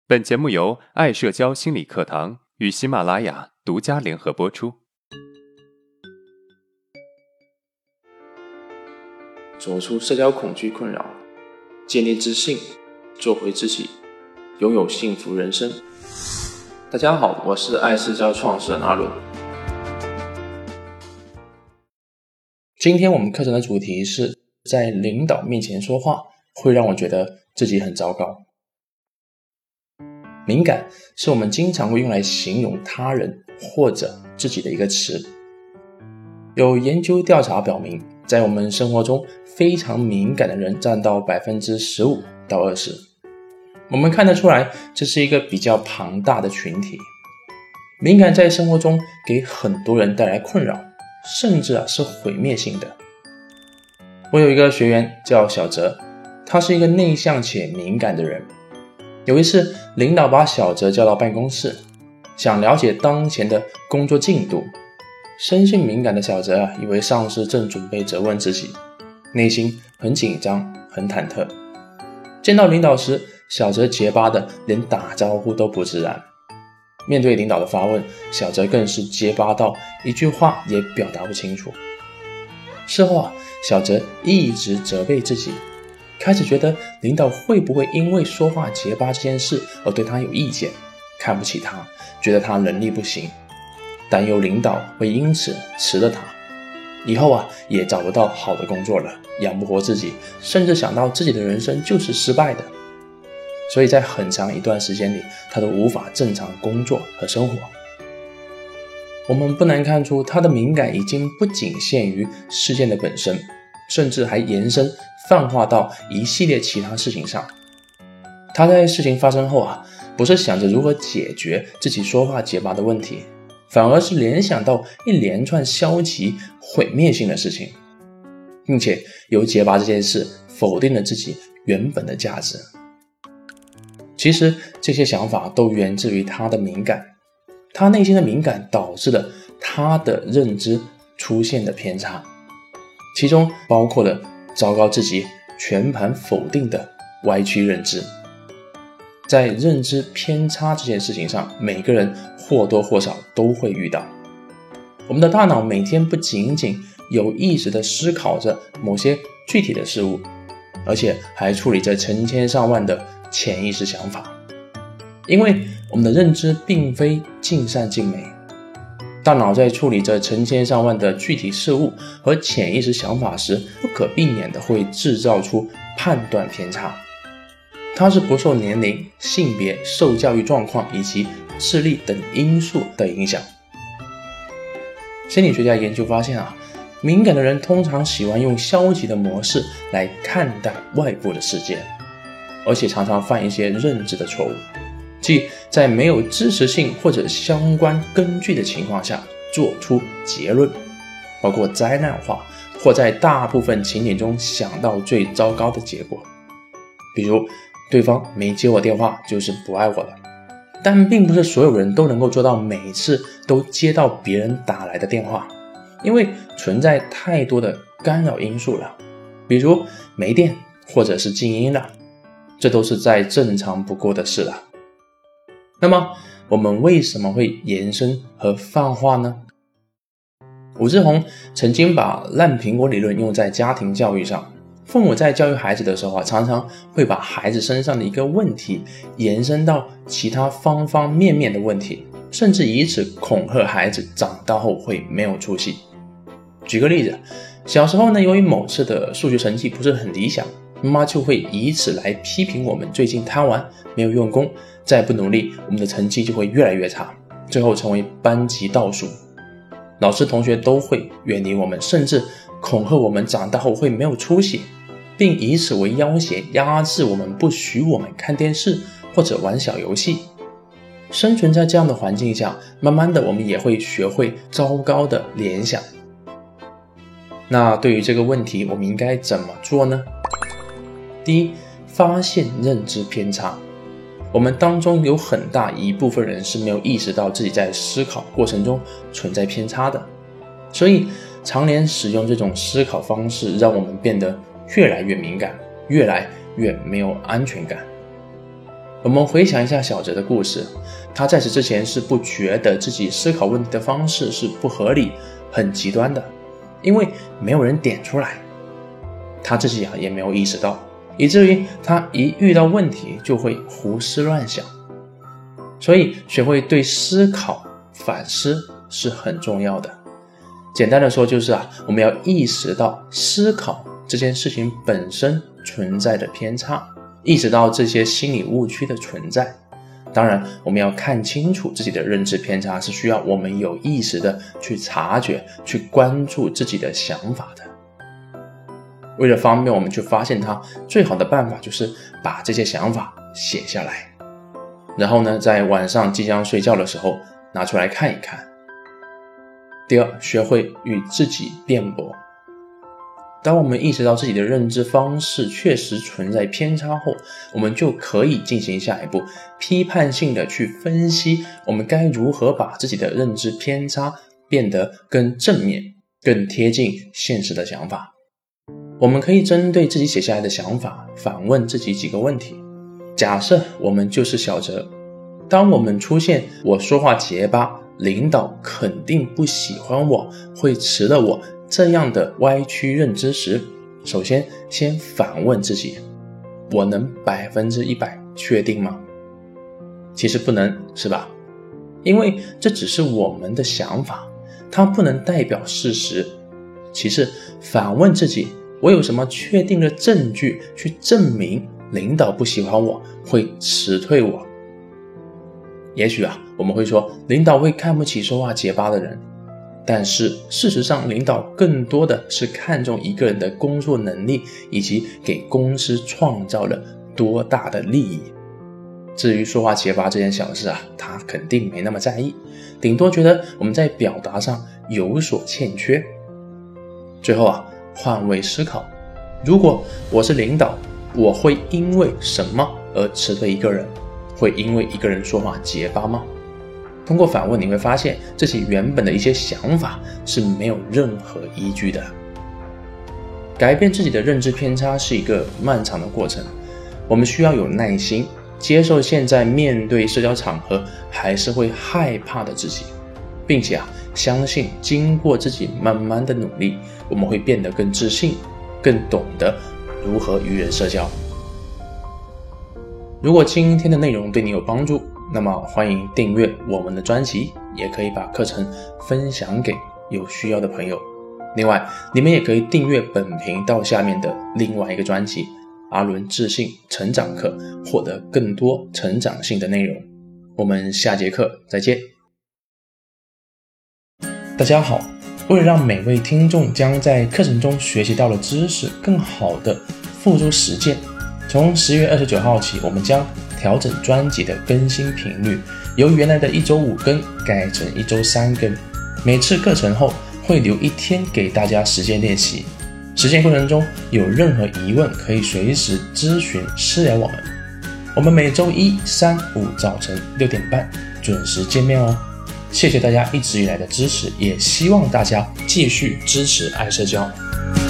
本节目由爱社交心理课堂与喜马拉雅独家联合播出。 走出社交恐惧困扰，建立自信，做回自己，拥有幸福人生。大家好，我是爱社交创始人阿伦。今天我们课程的主题是在领导面前说话会让我觉得自己很糟糕。敏感是我们经常会用来形容他人或者自己的一个词。有研究调查表明，在我们生活中非常敏感的人占到 15% 到 20%。 我们看得出来，这是一个比较庞大的群体。敏感在生活中给很多人带来困扰，甚至是毁灭性的。我有一个学员叫小哲，他是一个内向且敏感的人。有一次，领导把小哲叫到办公室，想了解当前的工作进度。生性敏感的小哲以为上司正准备责问自己，内心很紧张，很忐忑。见到领导时，小哲结巴的连打招呼都不自然。面对领导的发问，小哲更是结巴到一句话也表达不清楚。事后小哲一直责备自己，开始觉得领导会不会因为说话结巴这件事而对他有意见，看不起他，觉得他能力不行，担忧领导会因此辞了他，以后也找不到好的工作了，养不活自己，甚至想到自己的人生就是失败的。所以在很长一段时间里，他都无法正常工作和生活。我们不难看出，他的敏感已经不仅限于事件的本身，甚至还延伸泛化到一系列其他事情上。他在事情发生后不是想着如何解决自己说话结巴的问题，反而是联想到一连串消极毁灭性的事情，并且由结巴这件事否定了自己原本的价值。其实这些想法都源自于他的敏感，他内心的敏感导致了他的认知出现的偏差，其中包括了糟糕自己全盘否定的歪曲认知。在认知偏差这件事情上，每个人或多或少都会遇到。我们的大脑每天不仅仅有意识地思考着某些具体的事物，而且还处理着成千上万的潜意识想法。因为我们的认知并非尽善尽美，大脑在处理着成千上万的具体事物和潜意识想法时，不可避免地会制造出判断偏差。它是不受年龄、性别、受教育状况以及智力等因素的影响。心理学家研究发现敏感的人通常喜欢用消极的模式来看待外部的世界，而且常常犯一些认知的错误，即在没有支持性或者相关根据的情况下做出结论，包括灾难化，或在大部分情景中想到最糟糕的结果。比如对方没接我电话就是不爱我了，但并不是所有人都能够做到每次都接到别人打来的电话，因为存在太多的干扰因素了，比如没电或者是静音了，这都是再正常不过的事了。那么我们为什么会延伸和泛化呢？武志红曾经把烂苹果理论用在家庭教育上。父母在教育孩子的时候常常会把孩子身上的一个问题延伸到其他方方面面的问题，甚至以此恐吓孩子长大后会没有出息。举个例子，小时候由于某次的数学成绩不是很理想，妈妈就会以此来批评我们最近贪玩，没有用功，再不努力，我们的成绩就会越来越差，最后成为班级倒数。老师同学都会远离我们，甚至恐吓我们长大后会没有出息，并以此为要挟压制我们，不许我们看电视或者玩小游戏。生存在这样的环境下，慢慢的我们也会学会糟糕的联想。那对于这个问题我们应该怎么做呢？第一，发现认知偏差。我们当中有很大一部分人是没有意识到自己在思考过程中存在偏差的，所以常年使用这种思考方式，让我们变得越来越敏感，越来越没有安全感。 我们回想一下小泽的故事，他在此之前是不觉得自己思考问题的方式是不合理、很极端的，因为没有人点出来，他自己也没有意识到，以至于他一遇到问题就会胡思乱想。所以学会对思考、反思是很重要的。简单的说就是我们要意识到思考这件事情本身存在的偏差，意识到这些心理误区的存在。当然我们要看清楚自己的认知偏差，是需要我们有意识的去察觉、去关注自己的想法的。为了方便我们去发现它，最好的办法就是把这些想法写下来，然后呢，在晚上即将睡觉的时候拿出来看一看。第二，学会与自己辩驳。当我们意识到自己的认知方式确实存在偏差后，我们就可以进行下一步，批判性的去分析我们该如何把自己的认知偏差变得更正面、更贴近现实的想法。我们可以针对自己写下来的想法反问自己几个问题。假设我们就是小泽，当我们出现我说话结巴，领导肯定不喜欢我，会辞了我这样的歪曲认知时，首先反问自己，我能100%确定吗？其实不能，是吧？因为这只是我们的想法，它不能代表事实。其次，反问自己，我有什么确定的证据去证明领导不喜欢我，会辞退我？也许我们会说领导会看不起说话结巴的人，但是事实上领导更多的是看重一个人的工作能力以及给公司创造了多大的利益。至于说话结巴这件小事他肯定没那么在意，顶多觉得我们在表达上有所欠缺。最后换位思考，如果我是领导，我会因为什么而辞退一个人？会因为一个人说话结巴吗？通过反问，你会发现自己原本的一些想法是没有任何依据的。改变自己的认知偏差是一个漫长的过程，我们需要有耐心，接受现在面对社交场合还是会害怕的自己，并且相信经过自己慢慢的努力，我们会变得更自信，更懂得如何与人社交。如果今天的内容对你有帮助，那么欢迎订阅我们的专辑，也可以把课程分享给有需要的朋友。另外，你们也可以订阅本频道下面的另外一个专辑阿伦自信成长课，获得更多成长性的内容。我们下节课再见。大家好，为了让每位听众将在课程中学习到的知识更好的付诸实践，从10月29号起，我们将调整专辑的更新频率，由原来的1周5更改成1周3更。每次课程后会留1天给大家实践练习，实践过程中有任何疑问可以随时咨询私聊我们。我们每周1、3、5早晨6点半准时见面哦。谢谢大家一直以来的支持，也希望大家继续支持爱社交。